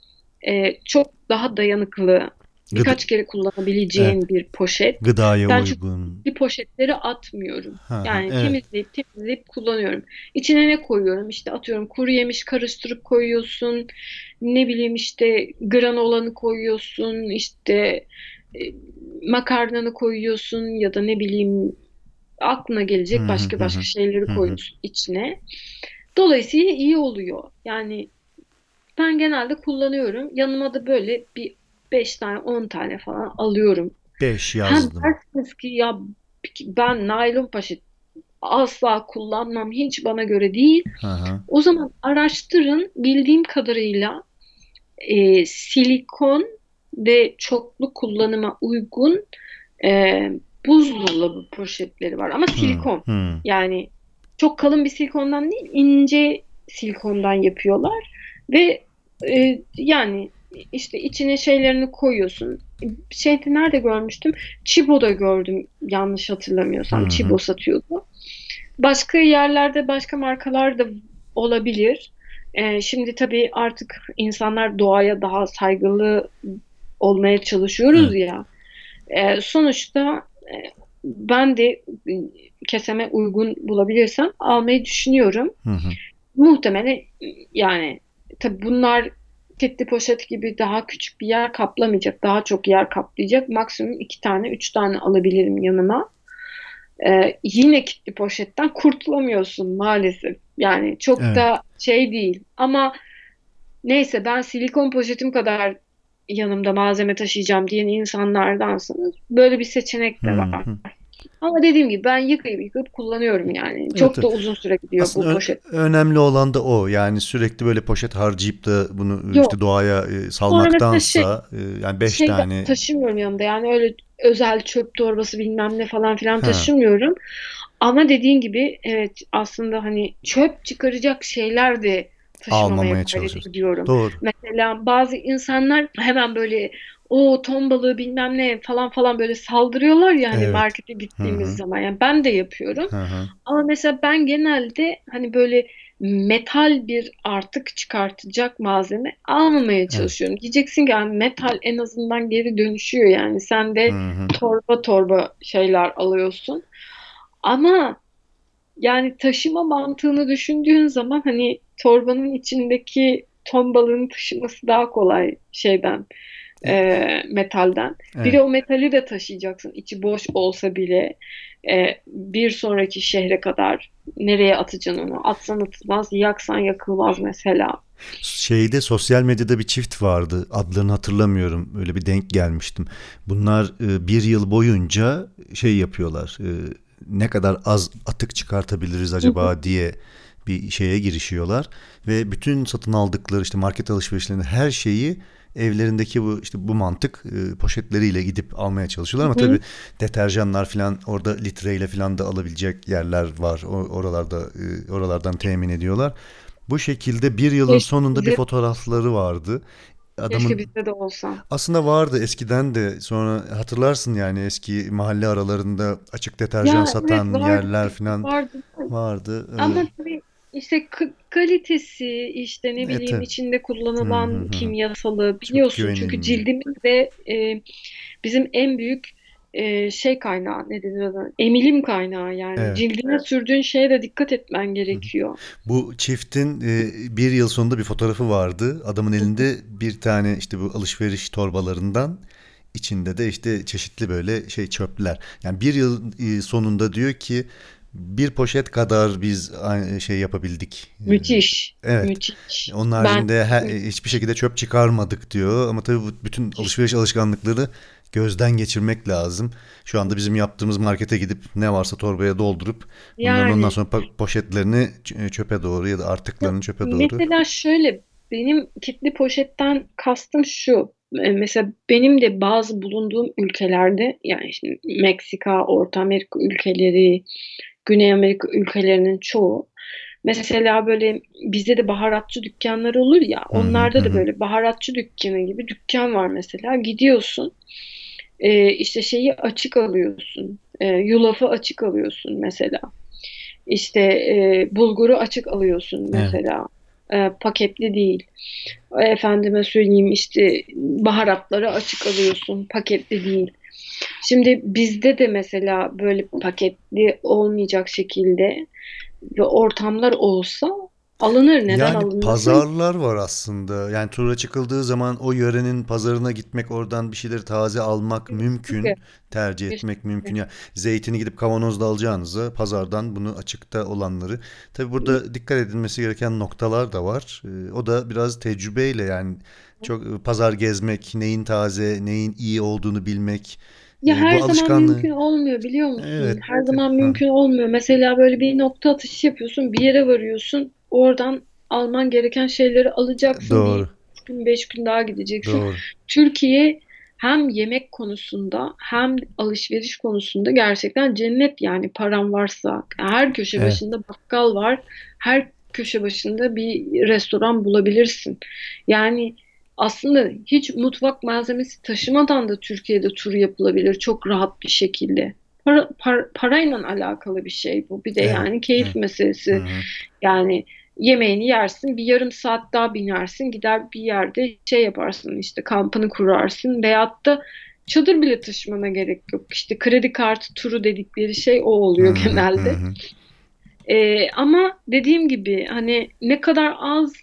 e, çok daha dayanıklı, Gıda, birkaç kere evet. kullanabileceğin bir poşet. Gıdaya Ben çünkü uygun. bir poşetleri atmıyorum. Hı hı, Yani evet. temizleyip temizleyip kullanıyorum. İçine ne koyuyorum? İşte atıyorum, kuru yemiş karıştırıp koyuyorsun. Ne bileyim işte granolanı koyuyorsun. İşte e, makarnanı koyuyorsun ya da ne bileyim aklına Hı gelecek hı başka hı başka hı. şeyleri Hı hı. koyuyorsun içine. Dolayısıyla iyi oluyor. Yani ben genelde kullanıyorum. Yanıma da böyle bir beş tane on tane falan alıyorum. beş Ha, yazdım. dersiniz ki ya ben naylon poşet asla kullanmam, hiç bana göre değil. Hı hı. O zaman araştırın. Bildiğim kadarıyla e, silikon ve çoklu kullanıma uygun e, buzdolabı poşetleri var. Ama Hı silikon. hı. Yani çok kalın bir silikondan değil, ince silikondan yapıyorlar. Ve e, yani işte içine şeylerini koyuyorsun. Şeyde nerede görmüştüm? Chibo'da gördüm, yanlış Hı hatırlamıyorsam. hı. Chibo satıyordu. Başka yerlerde başka markalar da olabilir. Ee, şimdi tabii artık insanlar doğaya daha saygılı olmaya çalışıyoruz Evet. ya. Ee, sonuçta e, ben de e, keseme uygun bulabilirsem almayı düşünüyorum. Hı hı. Muhtemelen e, yani tabii bunlar kitli poşet gibi daha küçük bir yer kaplamayacak. Daha çok yer kaplayacak. Maksimum iki tane, üç tane alabilirim yanıma. Ee, yine kilitli poşetten kurtulamıyorsun maalesef. Yani çok Evet. da şey değil. Ama neyse, ben silikon poşetim kadar yanımda malzeme taşıyacağım diyen insanlardansınız. Böyle bir seçenek de Hı var. hı. Ama dediğim gibi ben yıkayıp yıkayıp kullanıyorum yani. Evet, Çok da evet. uzun süre gidiyor Aslında bu ö- poşet. önemli olan da o. Yani sürekli böyle poşet harcayıp da bunu Yok. işte doğaya e, Sonra mesela şey, salmaktansa e, yani beş şey de tane. taşımıyorum yanımda. Yani öyle özel çöp torbası bilmem ne falan filan Ha, taşımıyorum. Ama dediğin gibi evet, aslında hani çöp çıkaracak şeyler de taşımamaya almamaya gayret çalışıyoruz. ediyorum. Doğru. Mesela bazı insanlar hemen böyle o ton balığı bilmem ne falan falan böyle saldırıyorlar ya hani Evet. markete Hı gittiğimiz hı. zaman. Yani ben de yapıyorum. Hı hı. Ama mesela ben genelde hani böyle metal bir artık çıkartacak malzeme almamaya Evet. çalışıyorum. Diyeceksin ki yani metal en azından geri dönüşüyor, yani sen Hı de hı. torba torba şeyler alıyorsun. Ama yani taşıma mantığını düşündüğün zaman hani torbanın içindeki ton balığını taşıması daha kolay şeyden, E, e, metalden. Bir Evet. de o metali de taşıyacaksın. İçi boş olsa bile e, bir sonraki şehre kadar nereye atacaksın onu? Atsan atılmaz, yaksan yakılmaz mesela. Şeyde sosyal medyada bir çift vardı. Adlarını hatırlamıyorum. Öyle bir denk gelmiştim. Bunlar e, bir yıl boyunca şey yapıyorlar. E, ne kadar az atık çıkartabiliriz Hı hı. acaba diye bir şeye girişiyorlar ve bütün satın aldıkları işte market alışverişlerinde her şeyi evlerindeki bu işte bu mantık e, poşetleriyle gidip almaya çalışıyorlar ama Hı hı. tabii deterjanlar falan orada litreyle falan da alabilecek yerler var. O, oralarda e, oralardan temin ediyorlar. Bu şekilde bir yılın Keşke sonunda bir bize, fotoğrafları vardı. keşke Adamın bizde de olsa. aslında vardı eskiden de, sonra hatırlarsın yani eski mahalle aralarında açık deterjan Ya evet, satan vardı yerler falan vardı. vardı. Ama Ee, tabii işte k- kalitesi, işte ne e bileyim tabii. içinde Hı hı kullanılan hı. kimyasalı Çok biliyorsun. Çünkü güvenilmiyor. cildimiz de e, bizim en büyük e, şey kaynağı, ne denir adına? Emilim kaynağı yani. Evet. Cildine sürdüğün şeye de dikkat etmen Hı hı. gerekiyor. Bu çiftin e, bir yıl sonunda bir fotoğrafı vardı. Adamın elinde bir tane işte bu alışveriş torbalarından, içinde de işte çeşitli böyle şey çöpler. Yani bir yıl e, sonunda diyor ki bir poşet kadar biz aynı şey yapabildik. E, Müthiş, Evet. müthiş. Onun Ben haricinde he- hiçbir şekilde çöp çıkarmadık diyor. Ama tabii bu bütün müthiş. alışveriş alışkanlıkları gözden geçirmek lazım. Şu anda bizim yaptığımız markete gidip ne varsa torbaya doldurup bunların ondan Yani sonra pa- poşetlerini ç- çöpe doğru ya da artıklarını çöpe doğru. mesela şöyle, benim kilitli poşetten kastım şu. E, Mesela benim de bazı bulunduğum ülkelerde, yani şimdi Meksika, Orta Amerika ülkeleri, Güney Amerika ülkelerinin çoğu, mesela böyle bizde de baharatçı dükkanları olur ya, Hı hı hı. onlarda da Hı. böyle baharatçı dükkanı gibi dükkan var mesela. Gidiyorsun, e, işte şeyi açık alıyorsun, e, yulafı açık alıyorsun mesela. İşte e, bulguru açık alıyorsun Evet. mesela. E, paketli değil. E, Efendime söyleyeyim, işte baharatları açık alıyorsun, paketli değil. Şimdi bizde de mesela böyle paketli olmayacak şekilde ve ortamlar olsa alınır. Neden Yani alınmasın pazarlar var aslında. Yani tura çıkıldığı zaman o yörenin pazarına gitmek, oradan bir şeyleri taze almak ki? mümkün, tercih etmek Kesinlikle. mümkün. Ya zeytini gidip kavanozda alacağınıza pazardan bunu açıkta olanları. Tabii burada dikkat edilmesi gereken noktalar da var. Ee, o da biraz tecrübeyle, yani çok e, pazar gezmek, neyin taze, neyin iyi olduğunu bilmek. Ya Ee, her bu zaman alışkanlığı. mümkün olmuyor, biliyor musun? Evet. Her zaman Hı. mümkün olmuyor. Mesela böyle bir nokta atışı yapıyorsun, bir yere varıyorsun. Oradan alman gereken şeyleri alacaksın. Bir Doğru. üç gün, beş gün daha gideceksin. Doğru. Türkiye hem yemek konusunda hem alışveriş konusunda gerçekten cennet, yani param varsa. Her köşe Evet. başında bakkal var. Her köşe başında bir restoran bulabilirsin. Yani aslında hiç mutfak malzemesi taşımadan da Türkiye'de tur yapılabilir çok rahat bir şekilde. Para, par- parayla alakalı bir şey bu. Bir de Evet. yani keyif Evet. Hı meselesi. hı. Yani yemeğini yersin, bir yarım saat daha binersin, gider bir yerde şey yaparsın, işte kampını kurarsın, veyahut da çadır bile taşımana gerek yok. İşte kredi kartı turu dedikleri şey o Hı oluyor hı. Hı genelde. hı. Ee, ama dediğim gibi hani ne kadar az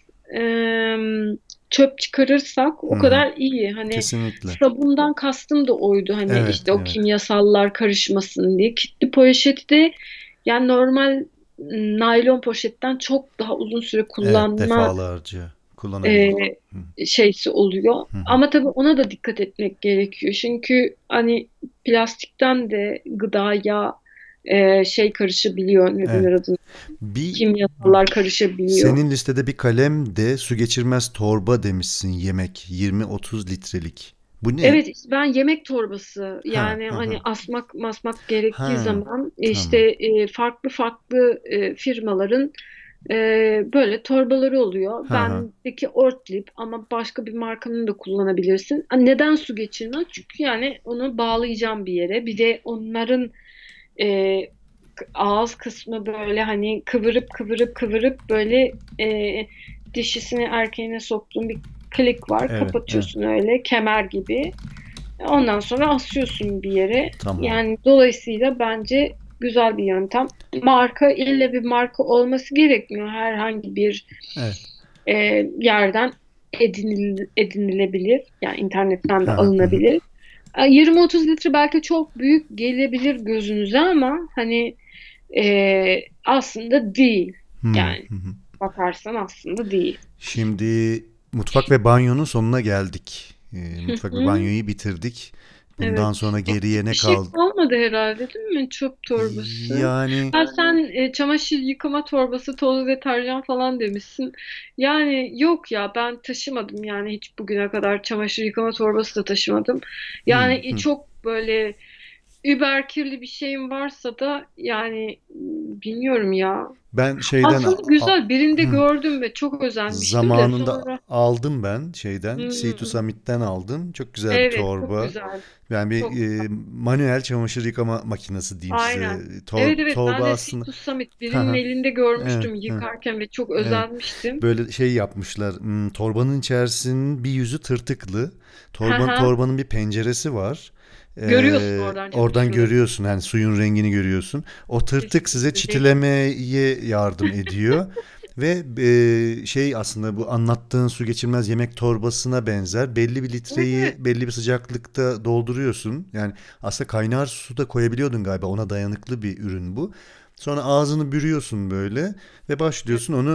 em, çöp çıkarırsak Hı o hı. kadar iyi. Hani Kesinlikle. sabundan kastım da oydu. Hani Evet, işte o evet. kimyasallar karışmasın diye. Kilitli poşeti de yani normal m, naylon poşetten çok daha uzun süre Evet, kullanma defalarca e, kullanabilir. Hı şeysi oluyor. hı. Hı. Ama tabii ona da dikkat etmek gerekiyor. Çünkü hani plastikten de gıdaya e, şey karışabiliyor. Ne Evet. denir adına? Bir Kimyasallar karışabiliyor. senin listede bir kalem de su geçirmez torba demişsin, yemek yirmi otuz litrelik. Bu ne? Evet, işte ben yemek torbası, Ha, yani hı hani hı. asmak masmak gerektiği Ha, zaman işte tamam. e, farklı farklı e, firmaların e, böyle torbaları oluyor. Ha ha. Bendeki Ortlieb, ama başka bir markanın da kullanabilirsin. Ha, neden su geçirmez? Çünkü yani onu bağlayacağım bir yere. Bir de onların e, ağız kısmı böyle hani kıvırıp kıvırıp kıvırıp böyle e, dişisini erkeğine soktuğun bir klik var. Evet, evet. Kapatıyorsun öyle kemer gibi. Ondan sonra asıyorsun bir yere. Tamam. Yani dolayısıyla bence güzel bir yöntem. Marka, ille bir marka olması gerekmiyor. Herhangi bir Evet. e, yerden edinil, edinilebilir. Yani internetten de Ha ha. Hı hı. alınabilir. E, yirmi otuz litre belki çok büyük gelebilir gözünüze, ama hani e, aslında değil. Hı Yani hı. Hı. bakarsan aslında değil. Şimdi mutfak ve banyonun sonuna geldik. Ee, mutfak ve banyoyu bitirdik. Bundan Evet. sonra geriye Eksik ne bir şey kaldı? kalmadı herhalde, değil mi? Çöp torbası. Yani Ha, sen e, çamaşır yıkama torbası, toz deterjan falan demişsin. Yani yok ya, ben taşımadım yani, hiç bugüne kadar çamaşır yıkama torbası da taşımadım. hı Yani e, hı. çok böyle über kirli bir şeyim varsa da yani bilmiyorum ya. Ben şeyden Aslında a- a- güzel, birinde hı. gördüm ve çok özenmiştim de Zamanında sonra. aldım ben şeyden, Sea to Hmm, Summit'ten aldım. Çok güzel bir evet, çok torba. güzel. Yani Çok bir güzel. e, manuel çamaşır yıkama makinesi diyeyim size. Aynen. Tor, Evet, evet, ben torba de aslında. Situs Summit Ha birinin ha. elinde Evet, görmüştüm evet, yıkarken ve çok evet. özenmiştim. Böyle şey yapmışlar. Hmm, torbanın içerisinin bir yüzü tırtıklı. Ha Torban, ha. torbanın bir penceresi var. Görüyorsun Ee, oradan oradan çamaşırları. görüyorsun, yani suyun rengini görüyorsun. O tırtık size Kesinlikle değil. çitilemeye yardım ediyor. Ve e, şey, aslında bu anlattığın su geçirmez yemek torbasına benzer. Belli bir Evet, litreyi evet. belli bir sıcaklıkta dolduruyorsun. Yani aslında kaynar su da koyabiliyordun galiba. Ona dayanıklı bir ürün bu. Sonra ağzını bürüyorsun böyle ve Evet. başlıyorsun onu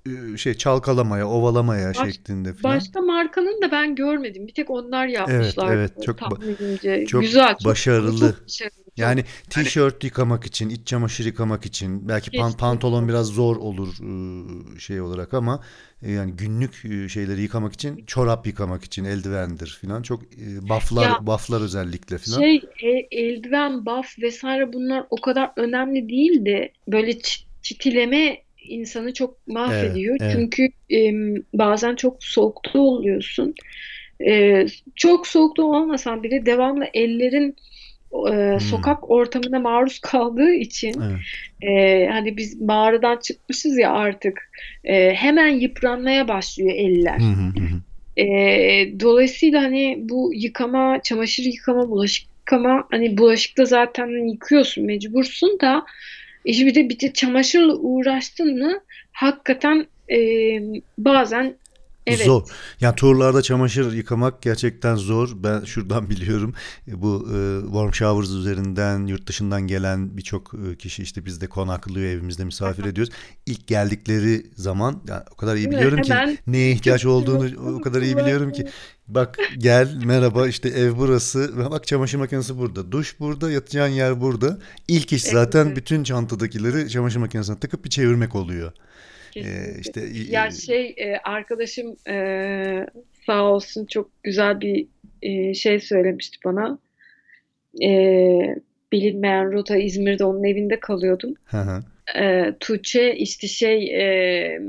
e, şey çalkalamaya, ovalamaya Baş, şeklinde falan. başka markanın da ben görmedim. Bir tek onlar Evet, yapmışlardı evet çok ba- tahminimce. çok Güzel, çok ama başarılı. çok başarılı, çok Yani yani tişört yıkamak için, iç çamaşır yıkamak için, belki pan- pantolon kesinlikle. biraz zor olur e, şey olarak ama e, yani günlük e, şeyleri yıkamak için, çorap yıkamak için eldivendir falan çok e, Ya bufflar bufflar özellikle falan. şey e- eldiven, baf vesaire bunlar o kadar önemli değil de böyle çi- çitileme insanı çok Evet, mahvediyor. evet. Çünkü em, bazen çok soğukta oluyorsun. E, Çok soğukta olmasan bile devamlı ellerin e, Hmm, sokak ortamına maruz kaldığı için evet. e, hani biz mağaradan çıkmışız ya artık e, hemen yıpranmaya başlıyor Hı eller. hı hı. Hı. E, Dolayısıyla hani bu yıkama, çamaşır yıkama, bulaşık yıkama hani bulaşıkta zaten hani yıkıyorsun mecbursun da işte bir de bir de çamaşırla uğraştın mı hakikaten e, bazen Zor. evet. Yani turlarda çamaşır yıkamak gerçekten zor. Ben şuradan biliyorum. E, Bu e, Warm Showers üzerinden yurt dışından gelen birçok e, kişi işte bizde konaklıyor, evimizde misafir ediyoruz. İlk geldikleri zaman yani o kadar iyi Değil mi? biliyorum ki Hemen neye ihtiyaç olduğunu o çamaşır kadar iyi biliyorum ki kullanıyor. bak gel merhaba işte ev burası ve bak çamaşır makinesi burada, duş burada, yatacağın yer burada. İlk iş zaten Evet. bütün çantadakileri çamaşır makinesine takıp bir çevirmek oluyor. E, Kesinlikle. işte Ya e, şey e, arkadaşım e, sağ olsun çok güzel bir e, şey söylemişti bana. E, Bilinmeyen rota İzmir'de onun evinde kalıyordum. hı hı. E, Tuğçe işte şey e,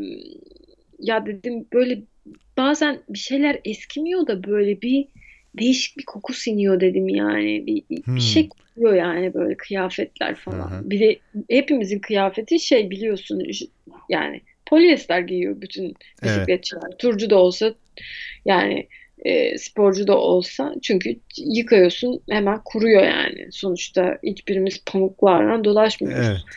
ya dedim böyle bazen bir şeyler eskimiyor da böyle bir değişik bir koku siniyor dedim yani. Bir, bir, bir Hmm. şey kokuyor yani böyle kıyafetler Hı falan. hı. Bir de hepimizin kıyafeti şey biliyorsun j- yani polyester giyiyor bütün Evet. bisikletçiler. Turcu da olsa yani e, sporcu da olsa çünkü yıkıyorsun hemen kuruyor yani. Sonuçta hiçbirimiz pamuklarla dolaşmıyoruz. Evet.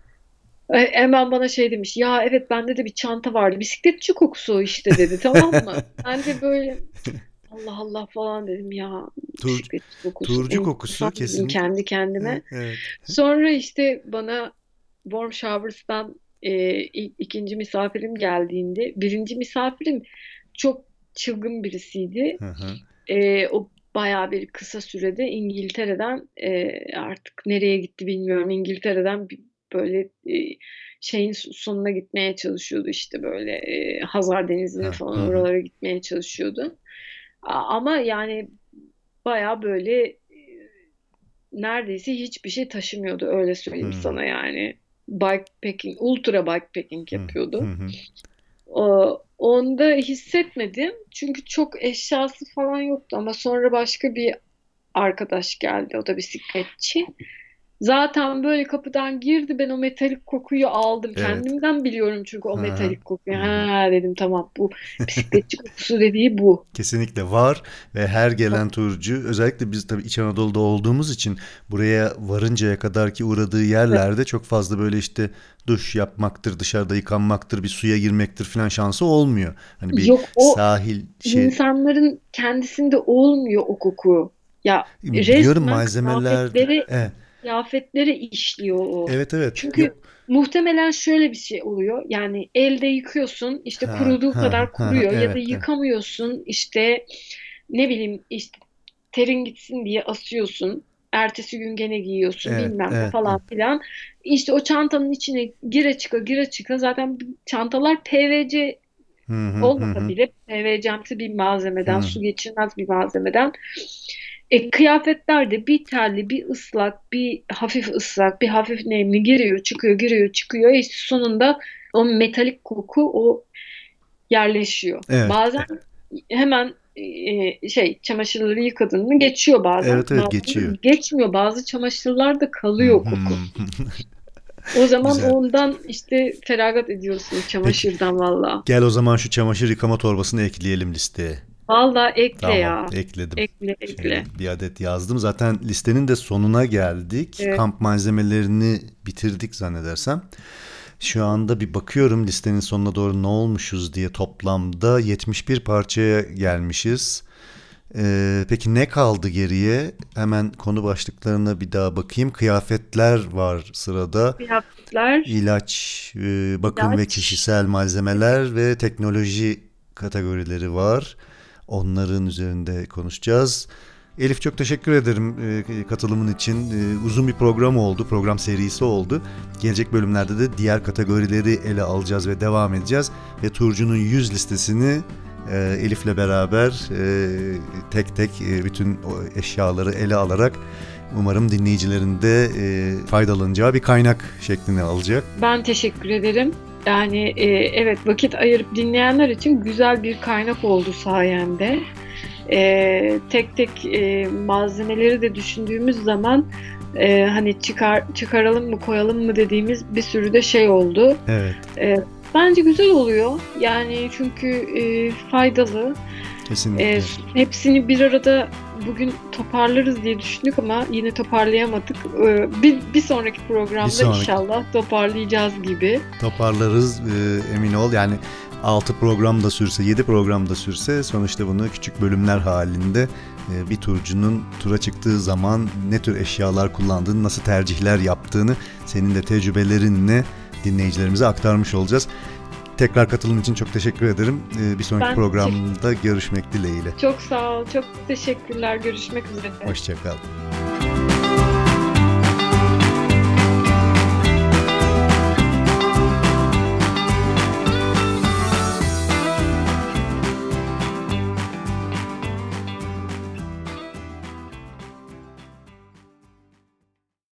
E, Hemen bana şey demiş. Ya evet bende de bir çanta vardı. Bisikletçi kokusu o işte dedi tamam mı? Ben de böyle Allah Allah falan dedim ya Tur, bisikletçi kokusu turcu kokusu enteresan dedim kesinlikle. kendi kendime. Evet. Sonra işte bana Warm Showers'tan e, ilk, ikinci misafirim geldiğinde birinci misafirim çok çılgın birisiydi. Hı hı. E, o bayağı bir kısa sürede İngiltere'den e, artık nereye gitti bilmiyorum. İngiltere'den bir, böyle e, şeyin sonuna gitmeye çalışıyordu işte böyle e, Hazar Denizi'ne Hı hı. falan Hı. oralara gitmeye çalışıyordu. A- Ama yani bayağı böyle e, neredeyse hiçbir şey taşımıyordu öyle söyleyeyim Hı sana yani. Bikepacking, ultra bikepacking hı. Hı yapıyordu. hı. O- Onda hissetmedim çünkü çok eşyası falan yoktu ama sonra başka bir arkadaş geldi o da bisikletçi. Zaten böyle kapıdan girdi ben o metalik kokuyu aldım. Evet. Kendimden biliyorum çünkü o Hı hı. metalik kokuyu. Hı hı. Ha dedim tamam bu bisikletçi kokusu dediği bu. Kesinlikle var ve her gelen turcu özellikle biz tabii İç Anadolu'da olduğumuz için buraya varıncaya kadar ki uğradığı yerlerde çok fazla böyle işte duş yapmaktır, dışarıda yıkanmaktır, bir suya girmektir falan şansı olmuyor. Hani bir Yok o sahil şey insanların kendisinde olmuyor o koku. Ya biliyorum resmen malzemeler kıyafetleri evet kıyafetlere işliyor o. evet evet Çünkü yok muhtemelen şöyle bir şey oluyor. Yani elde yıkıyorsun işte ha kuruduğu ha kadar ha kuruyor ya da evet evet yıkamıyorsun işte ne bileyim işte terin gitsin diye asıyorsun. Ertesi gün gene giyiyorsun evet bilmem ne evet falan evet. filan. İşte o çantanın içine gire çıka gire çıka zaten çantalar P V C Hı hı hı olmasa hı. bile P V C'msi bir malzemeden, Hı. su geçirmez bir malzemeden. E, kıyafetler de bir terli, bir ıslak, bir hafif ıslak, bir hafif nemli giriyor, çıkıyor, giriyor, çıkıyor. İşte sonunda o metalik koku o yerleşiyor. Evet. Bazen hemen e, şey çamaşırları yıkadın mı geçiyor bazen. Evet evet geçiyor. Bazen geçmiyor. Bazı çamaşırlarda Hı kalıyor koku. hı. O zaman Güzel. ondan işte feragat ediyorsun Peki çamaşırdan valla. gel o zaman şu çamaşır yıkama torbasını ekleyelim listeye. Valla ekle Tamam, ya. ekledim. Ekle Şöyle ekle. bir adet yazdım. Zaten listenin de sonuna geldik. Evet. Kamp malzemelerini bitirdik zannedersem. Şu anda bir bakıyorum listenin sonuna doğru ne olmuşuz diye toplamda yetmiş bir parçaya gelmişiz. Ee, peki ne kaldı geriye? Hemen konu başlıklarına bir daha bakayım. Kıyafetler var sırada. Kıyafetler, İlaç, e, bakım ve ilaç. kişisel malzemeler ve teknoloji kategorileri var. Onların üzerinde konuşacağız. Elif, çok teşekkür ederim e, katılımın için. E, uzun bir program oldu, program serisi oldu. Gelecek bölümlerde de diğer kategorileri ele alacağız ve devam edeceğiz. Ve Turcu'nun yüz listesini e, Elif'le beraber e, tek tek e, bütün o eşyaları ele alarak umarım dinleyicilerin de e, faydalanacağı bir kaynak şeklini alacak. Ben teşekkür ederim. Yani e, evet, vakit ayırıp dinleyenler için güzel bir kaynak oldu sayende. E, tek tek e, malzemeleri de düşündüğümüz zaman e, hani çıkar çıkaralım mı koyalım mı dediğimiz bir sürü de şey oldu. Evet. E, bence güzel oluyor. Yani çünkü e, faydalı. Kesinlikle. E, hepsini bir arada bugün toparlarız diye düşündük ama yine toparlayamadık. E, bir, bir sonraki programda Bir sonraki. inşallah toparlayacağız gibi. Toparlarız, e, emin ol. Yani altı program da sürse, yedi program da sürse sonuçta bunu küçük bölümler halinde e, bir turcunun tura çıktığı zaman ne tür eşyalar kullandığını, nasıl tercihler yaptığını senin de tecrübelerinle dinleyicilerimize aktarmış olacağız. Tekrar katılım için çok teşekkür ederim. E, bir sonraki Ben programda görüşmek dileğiyle. Çok sağ ol, çok teşekkürler. Görüşmek üzere. Hoşça kal.